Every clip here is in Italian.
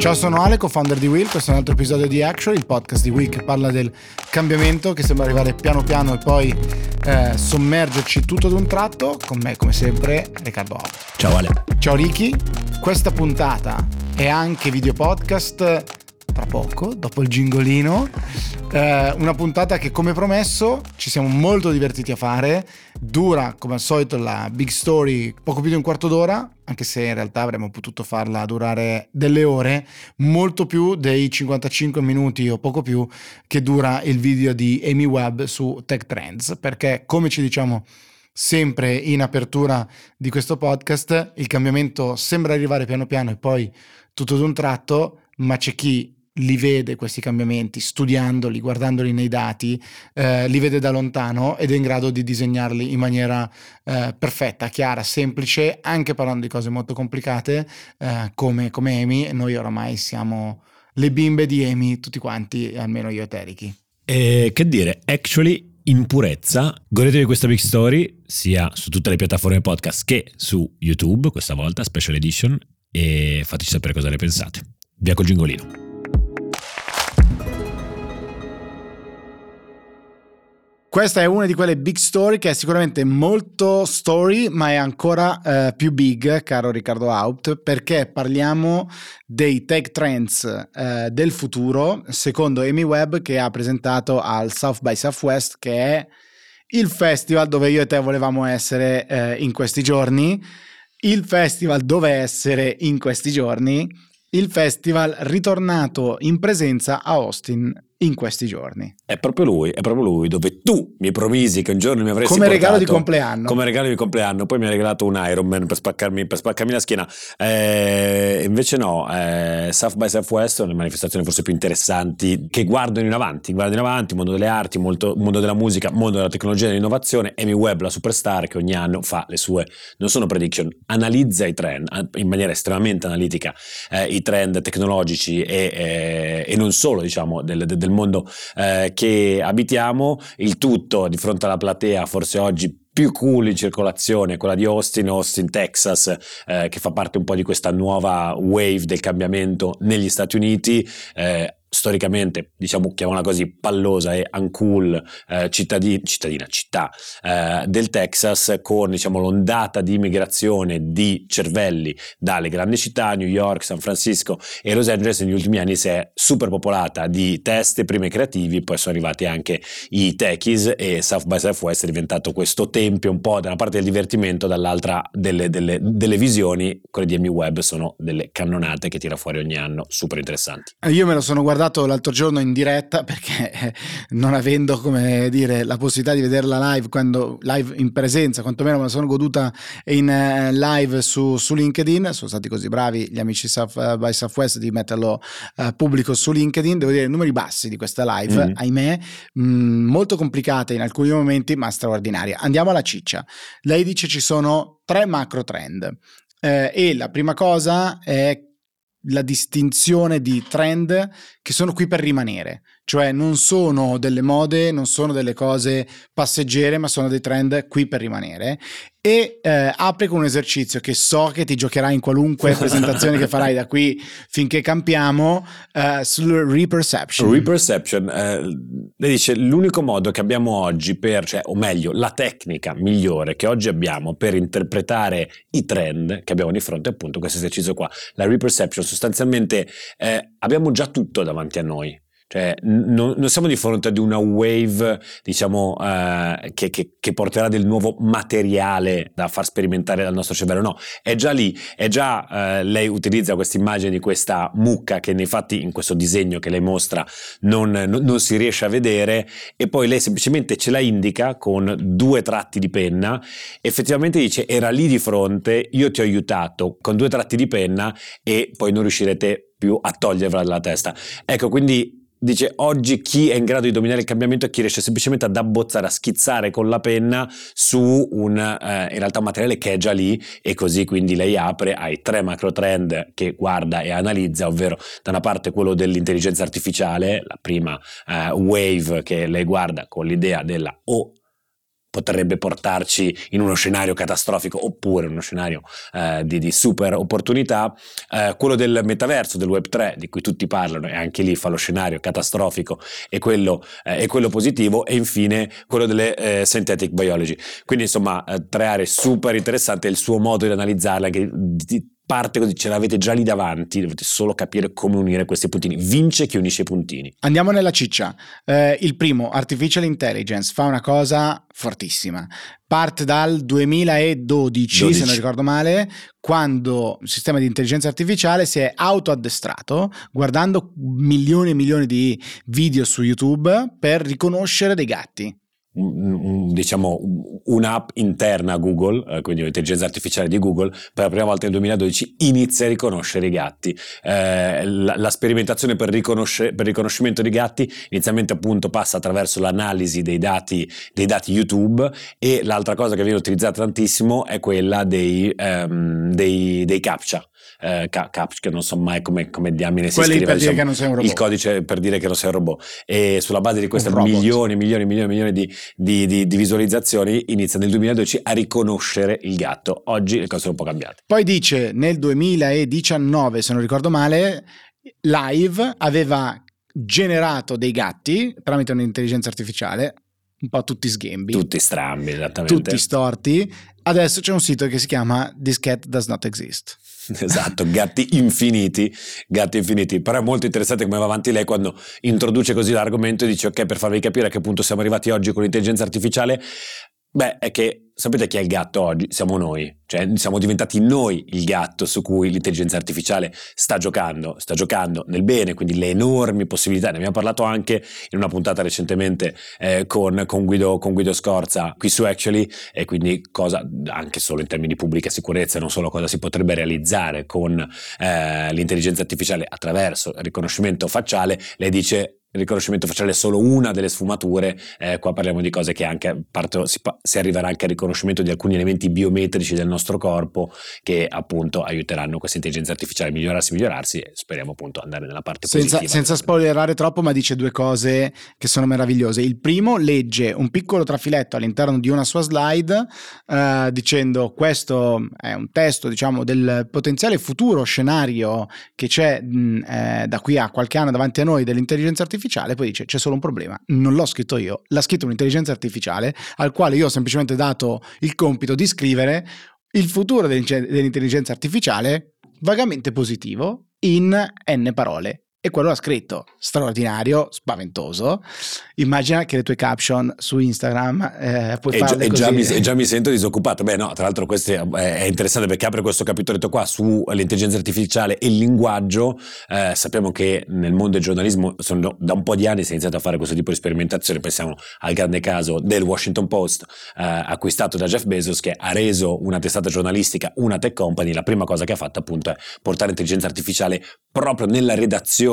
Ciao, sono Ale, co-founder di Will. Questo è un altro episodio di Actually, il podcast di Will che parla del cambiamento che sembra arrivare piano piano e poi sommergerci tutto ad un tratto. Con me, come sempre, Riccardo Auto. Ciao Ale. Ciao Ricky. Questa puntata è anche video podcast tra poco, dopo il gingolino. Una puntata che, come promesso, ci siamo molto divertiti a fare. Dura, come al solito, la big story poco più di un quarto d'ora, anche se in realtà avremmo potuto farla durare delle ore, molto più dei 55 minuti o poco più che dura il video di Amy Webb su Tech Trends, perché, come ci diciamo sempre in apertura di questo podcast, il cambiamento sembra arrivare piano piano e poi tutto d'un tratto, ma c'è chi li vede questi cambiamenti studiandoli, guardandoli nei dati, li vede da lontano ed è in grado di disegnarli in maniera perfetta, chiara, semplice, anche parlando di cose molto complicate come Amy. Noi oramai siamo le bimbe di Amy, tutti quanti, almeno io e te, Ricky. E che dire, Actually in purezza. Godetevi questa big story sia su tutte le piattaforme podcast che su YouTube, questa volta special edition, e fateci sapere cosa ne pensate. Via col gingolino. Questa è una di quelle big story che è sicuramente molto story, ma è ancora più big, caro Riccardo Haupt, perché parliamo dei tech trends del futuro, secondo Amy Webb, che ha presentato al South by Southwest, che è il festival dove io e te volevamo essere in questi giorni, il festival dove essere in questi giorni, il festival ritornato in presenza a Austin in questi giorni. È proprio lui, dove tu mi promisi che un giorno mi avresti come portato, regalo di compleanno. Come regalo di compleanno, poi mi hai regalato un Ironman per spaccarmi la schiena. Invece no, South by Southwest è una delle manifestazioni forse più interessanti che guardano in avanti, mondo delle arti, mondo della musica, mondo della tecnologia e dell'innovazione. Amy Webb, la superstar che ogni anno fa le sue, non sono prediction, analizza i trend in maniera estremamente analitica, i trend tecnologici e non solo, diciamo, del mondo che abitiamo, il tutto di fronte alla platea forse oggi più cool in circolazione, quella di Austin, Texas, che fa parte un po' di questa nuova wave del cambiamento negli Stati Uniti. Storicamente, diciamo, chiamiamola così, pallosa e uncool città del Texas, con, diciamo, l'ondata di immigrazione di cervelli dalle grandi città, New York, San Francisco e Los Angeles. Negli ultimi anni si è super popolata di teste, prima i creativi, poi sono arrivati anche i techies, e South by Southwest è diventato questo tempio un po' da una parte del divertimento, dall'altra delle visioni. Quelle di Amy Webb sono delle cannonate che tira fuori ogni anno, super interessanti. Io me lo sono guardato l'altro giorno in diretta, perché non avendo, come dire, la possibilità di vederla live in presenza, quantomeno me la sono goduta in live su LinkedIn. Sono stati così bravi gli amici South by Southwest di metterlo pubblico su LinkedIn. Devo dire, numeri bassi di questa live, ahimè, molto complicata in alcuni momenti, ma straordinaria. Andiamo alla ciccia. Lei dice ci sono 3 macro trend, e la prima cosa è la distinzione di trend che sono qui per rimanere, cioè non sono delle mode, non sono delle cose passeggere, ma sono dei trend qui per rimanere. E apre con un esercizio che so che ti giocherai in qualunque presentazione che farai da qui finché campiamo, sul reperception. Lei dice l'unico modo che abbiamo oggi o meglio, la tecnica migliore che oggi abbiamo per interpretare i trend che abbiamo di fronte è appunto questo esercizio qua, la reperception. Sostanzialmente abbiamo già tutto davanti a noi. Cioè non siamo di fronte ad una wave, diciamo, che porterà del nuovo materiale da far sperimentare dal nostro cervello. No, è già lì, lei utilizza questa immagine di questa mucca che nei fatti in questo disegno che lei mostra non si riesce a vedere, e poi lei semplicemente ce la indica con 2 tratti di penna. Effettivamente dice era lì di fronte, io ti ho aiutato con 2 tratti di penna e poi non riuscirete più a toglierla dalla testa. Ecco, quindi dice oggi chi è in grado di dominare il cambiamento è chi riesce semplicemente ad abbozzare, a schizzare con la penna su in realtà un materiale che è già lì, e così quindi lei apre ai 3 macro trend che guarda e analizza, ovvero da una parte quello dell'intelligenza artificiale, la prima wave che lei guarda con l'idea della potrebbe portarci in uno scenario catastrofico oppure uno scenario di super opportunità. Quello del metaverso, del Web3, di cui tutti parlano, e anche lì fa lo scenario catastrofico e quello positivo, e infine quello delle synthetic biology. Quindi insomma 3 aree super interessanti, il suo modo di analizzarle che parte così, ce l'avete già lì davanti, dovete solo capire come unire questi puntini. Vince chi unisce i puntini. Andiamo nella ciccia. Il primo, Artificial Intelligence, fa una cosa fortissima. Parte dal 2012, se non ricordo male, quando il sistema di intelligenza artificiale si è autoaddestrato guardando milioni e milioni di video su YouTube per riconoscere dei gatti. Diciamo un'app interna a Google, quindi un'intelligenza artificiale di Google, per la prima volta nel 2012 inizia a riconoscere i gatti. La sperimentazione per riconoscimento di gatti inizialmente appunto passa attraverso l'analisi dei dati YouTube, e l'altra cosa che viene utilizzata tantissimo è quella dei CAPTCHA. Che non so mai come diamine si scrive, per dire che non sei un robot. Il codice per dire che non sei un robot, e sulla base di queste milioni di visualizzazioni inizia nel 2012 a riconoscere il gatto. Oggi le cose sono un po' cambiate. Poi dice nel 2019, se non ricordo male, Live aveva generato dei gatti tramite un'intelligenza artificiale, un po' tutti sghembi, tutti strambi, esattamente, tutti storti. Adesso c'è un sito che si chiama This Cat Does Not Exist. Esatto, gatti infiniti, però è molto interessante come va avanti lei quando introduce così l'argomento e dice: ok, per farvi capire a che punto siamo arrivati oggi con l'intelligenza artificiale, è che sapete chi è il gatto oggi? Siamo noi, cioè siamo diventati noi il gatto su cui l'intelligenza artificiale sta giocando nel bene, quindi le enormi possibilità. Ne abbiamo parlato anche in una puntata recentemente con Guido Scorza qui su Actually, e quindi cosa anche solo in termini di pubblica sicurezza, non solo cosa si potrebbe realizzare con l'intelligenza artificiale attraverso il riconoscimento facciale. Lei dice: il riconoscimento facciale è solo una delle sfumature, qua parliamo di cose che anche si arriverà anche al riconoscimento di alcuni elementi biometrici del nostro corpo, che appunto aiuteranno questa intelligenza artificiale a migliorarsi, e speriamo appunto andare nella parte positiva. Senza spoilerare troppo, ma dice 2 cose che sono meravigliose. Il primo, legge un piccolo trafiletto all'interno di una sua slide dicendo: questo è un testo, diciamo, del potenziale futuro scenario che c'è da qui a qualche anno davanti a noi dell'intelligenza artificiale. Poi dice: c'è solo un problema, non l'ho scritto io, l'ha scritto un'intelligenza artificiale al quale io ho semplicemente dato il compito di scrivere il futuro dell'intelligenza artificiale vagamente positivo in n parole, e quello l'ha scritto. Straordinario, spaventoso. Immagina che le tue caption su Instagram puoi farle così. Già mi sento disoccupato. No, tra l'altro questo è interessante perché apre questo capitoletto qua sull'intelligenza artificiale e il linguaggio. Sappiamo che nel mondo del giornalismo da un po' di anni si è iniziato a fare questo tipo di sperimentazione. Pensiamo al grande caso del Washington Post, acquistato da Jeff Bezos, che ha reso una testata giornalistica una tech company. La prima cosa che ha fatto appunto è portare intelligenza artificiale proprio nella redazione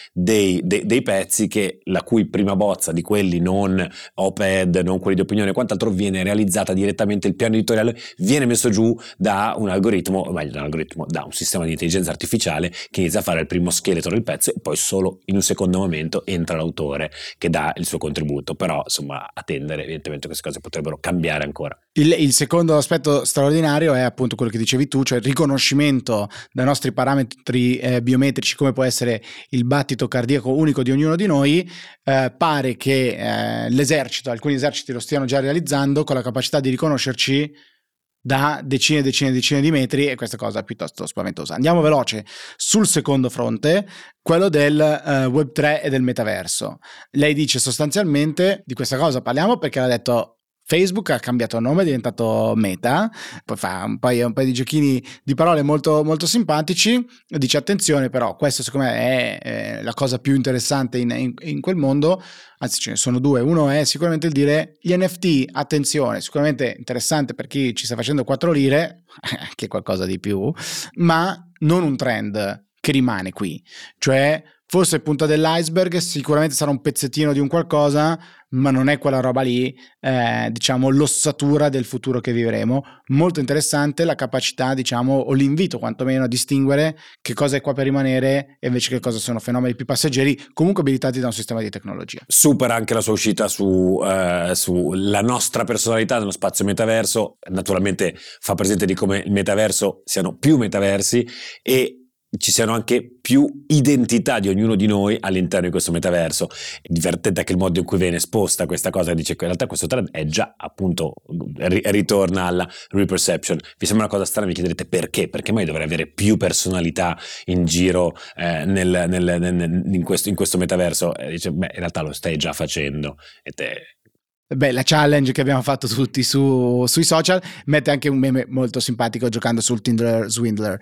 dei pezzi, che la cui prima bozza di quelli non op-ed, non quelli di opinione e quant'altro, viene realizzata direttamente, il piano editoriale viene messo giù da un algoritmo, o meglio da un sistema di intelligenza artificiale che inizia a fare il primo scheletro del pezzo, e poi solo in un secondo momento entra l'autore che dà il suo contributo. Però insomma, attendere, evidentemente queste cose potrebbero cambiare ancora. Il secondo aspetto straordinario è appunto quello che dicevi tu, cioè il riconoscimento dai nostri parametri biometrici, come può essere il battito cardiaco unico di ognuno di noi. Pare che alcuni eserciti lo stiano già realizzando, con la capacità di riconoscerci da decine e decine di metri, e questa cosa è piuttosto spaventosa. Andiamo veloce sul secondo fronte, quello del Web3 e del metaverso. Lei dice sostanzialmente, di questa cosa parliamo perché l'ha detto Facebook, ha cambiato nome, è diventato Meta, poi fa un paio di giochini di parole molto, molto simpatici. Dice: attenzione, però questo secondo me è la cosa più interessante in quel mondo, anzi ce ne sono 2. Uno è sicuramente il dire: gli NFT, attenzione, sicuramente interessante per chi ci sta facendo 4 lire, che è qualcosa di più, ma non un trend che rimane qui, cioè forse punta dell'iceberg, sicuramente sarà un pezzettino di un qualcosa, ma non è quella roba lì, diciamo, l'ossatura del futuro che vivremo. Molto interessante la capacità, diciamo, o l'invito quantomeno a distinguere che cosa è qua per rimanere e invece che cosa sono fenomeni più passeggeri, comunque abilitati da un sistema di tecnologia. Super anche la sua uscita sulla nostra personalità nello spazio metaverso, naturalmente fa presente di come il metaverso siano più metaversi e ci siano anche più identità di ognuno di noi all'interno di questo metaverso. È divertente anche il modo in cui viene esposta questa cosa, dice che in realtà questo trend è già appunto ritorna alla reperception. Vi sembra una cosa strana, mi chiederete perché mai dovrei avere più personalità in giro in questo metaverso? Dice, in realtà lo stai già facendo la challenge che abbiamo fatto tutti sui social mette anche un meme molto simpatico giocando sul Tinder Swindler.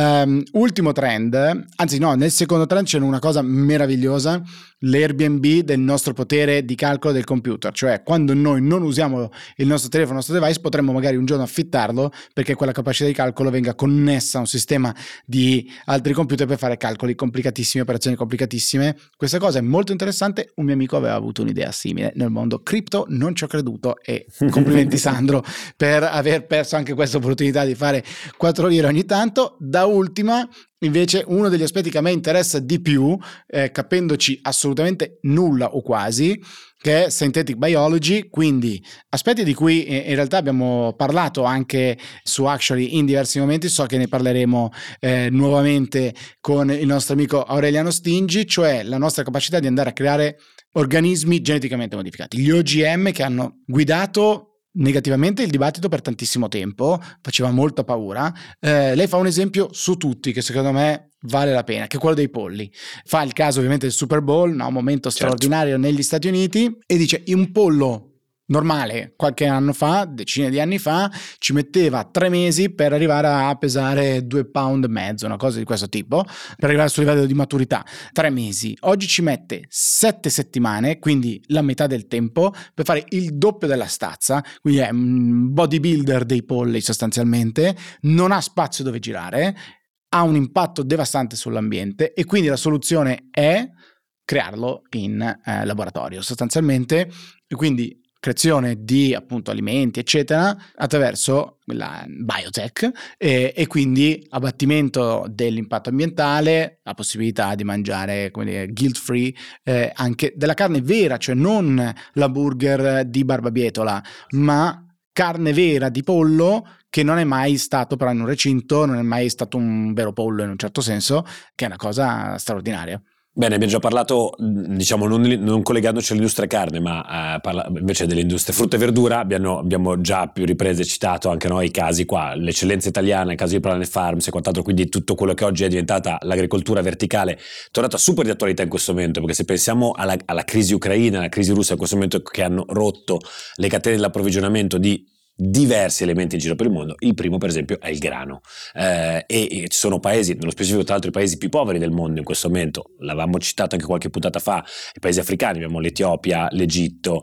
Ultimo trend, anzi no, nel secondo trend c'è una cosa meravigliosa, l'Airbnb del nostro potere di calcolo del computer, cioè quando noi non usiamo il nostro telefono, il nostro device, potremmo magari un giorno affittarlo perché quella capacità di calcolo venga connessa a un sistema di altri computer per fare calcoli complicatissimi, operazioni complicatissime. Questa cosa è molto interessante, un mio amico aveva avuto un'idea simile nel mondo cripto, non ci ho creduto e complimenti Sandro per aver perso anche questa opportunità di fare 4 lire ogni tanto. Da ultima invece uno degli aspetti che a me interessa di più, capendoci assolutamente nulla o quasi, che è Synthetic Biology, quindi aspetti di cui in realtà abbiamo parlato anche su Actually in diversi momenti, so che ne parleremo nuovamente con il nostro amico Aureliano Stingi, cioè la nostra capacità di andare a creare organismi geneticamente modificati, gli OGM, che hanno guidato negativamente il dibattito per tantissimo tempo, faceva molta paura. Lei fa un esempio su tutti che secondo me vale la pena, che è quello dei polli. Fa il caso ovviamente del Super Bowl, no? Un momento straordinario negli Stati Uniti, e dice un pollo normale qualche anno fa, decine di anni fa, ci metteva 3 mesi per arrivare a pesare 2,5 pound, una cosa di questo tipo, per arrivare al suo livello di maturità. 3 mesi. Oggi ci mette 7 settimane, quindi la metà del tempo, per fare il doppio della stazza, quindi è un bodybuilder dei polli sostanzialmente, non ha spazio dove girare, ha un impatto devastante sull'ambiente e quindi la soluzione è crearlo in laboratorio sostanzialmente, e quindi creazione di appunto alimenti eccetera attraverso la biotech e quindi abbattimento dell'impatto ambientale, la possibilità di mangiare, come dire, guilt free, anche della carne vera, cioè non la burger di Barbabietola ma carne vera di pollo che non è mai stato però in un recinto, non è mai stato un vero pollo in un certo senso, che è una cosa straordinaria. Bene, abbiamo già parlato, diciamo, non collegandoci all'industria carne, ma invece delle industrie frutta e verdura. Abbiamo già più riprese citato anche noi i casi qua, l'eccellenza italiana, il caso di Planet Farms e quant'altro, quindi tutto quello che oggi è diventata l'agricoltura verticale, tornata super di attualità in questo momento, perché se pensiamo alla crisi ucraina, alla crisi russa in questo momento, che hanno rotto le catene dell'approvvigionamento di diversi elementi in giro per il mondo, il primo per esempio è il grano, e ci sono paesi, nello specifico tra l'altro i paesi più poveri del mondo in questo momento, l'avevamo citato anche qualche puntata fa, i paesi africani, abbiamo l'Etiopia, l'Egitto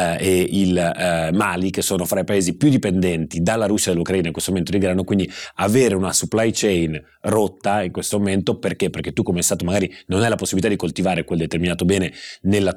e il Mali, che sono fra i paesi più dipendenti dalla Russia e dall'Ucraina in questo momento di grano, quindi avere una supply chain rotta in questo momento, perché tu come Stato magari non hai la possibilità di coltivare quel determinato bene nel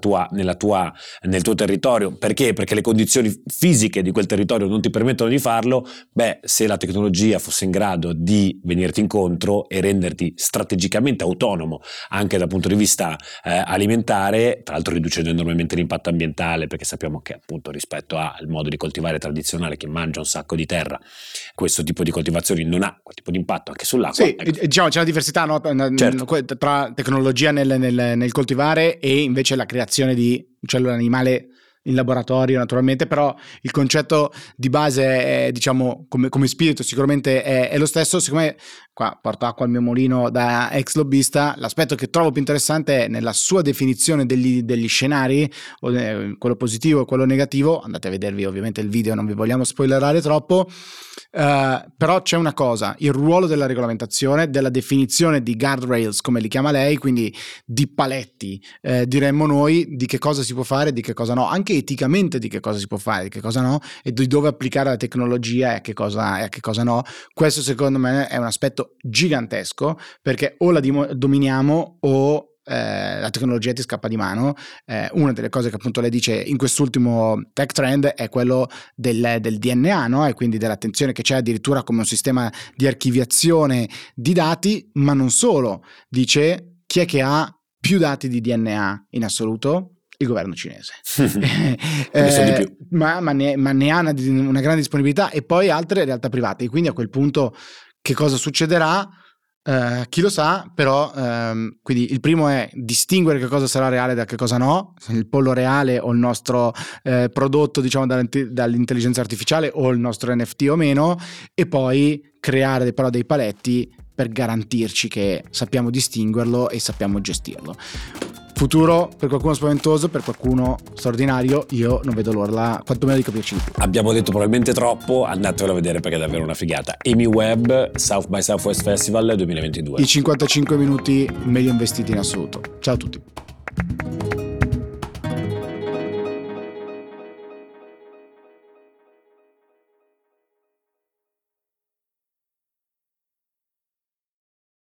tuo territorio, perché le condizioni fisiche di quel territorio non ti permettono di farlo. Se la tecnologia fosse in grado di venirti incontro e renderti strategicamente autonomo anche dal punto di vista alimentare, tra l'altro riducendo enormemente l'impatto ambientale, perché sappiamo che appunto rispetto al modo di coltivare tradizionale che mangia un sacco di terra, questo tipo di coltivazioni non ha quel tipo di impatto anche sull'acqua. Sì, diciamo c'è una diversità, no? Certo. Tra tecnologia nel coltivare e invece la creazione di un cellula animale in laboratorio naturalmente, però il concetto di base è, diciamo, come spirito sicuramente è lo stesso. Siccome qua porto acqua al mio mulino da ex lobbista, l'aspetto che trovo più interessante è nella sua definizione degli scenari, quello positivo e quello negativo. Andate a vedervi ovviamente il video, non vi vogliamo spoilerare troppo, però c'è una cosa: il ruolo della regolamentazione, della definizione di guardrails come li chiama lei, quindi di paletti, diremmo noi, di che cosa si può fare, di che cosa no, anche eticamente di che cosa si può fare, di che cosa no, e di dove applicare la tecnologia e a che cosa no. Questo secondo me è un aspetto gigantesco, perché o la dominiamo o la tecnologia ti scappa di mano. Una delle cose che appunto lei dice in quest'ultimo tech trend è quello del DNA, no? E quindi dell'attenzione che c'è addirittura come un sistema di archiviazione di dati, ma non solo. Dice: chi è che ha più dati di DNA in assoluto? Il governo cinese. Di più. Ma ne ha una grande disponibilità, e poi altre realtà private. E quindi a quel punto che cosa succederà? Chi lo sa, però quindi il primo è distinguere che cosa sarà reale da che cosa no, il pollo reale o il nostro prodotto, diciamo, dall'intelligenza artificiale, o il nostro NFT o meno, e poi creare però dei paletti per garantirci che sappiamo distinguerlo e sappiamo gestirlo. Futuro per qualcuno spaventoso, per qualcuno straordinario. Io non vedo l'ora, quantomeno, di capirci di più. Abbiamo detto probabilmente troppo, andatevelo a vedere perché è davvero una figata. Amy Webb, South by Southwest Festival 2022. I 55 minuti meglio investiti in assoluto. Ciao a tutti.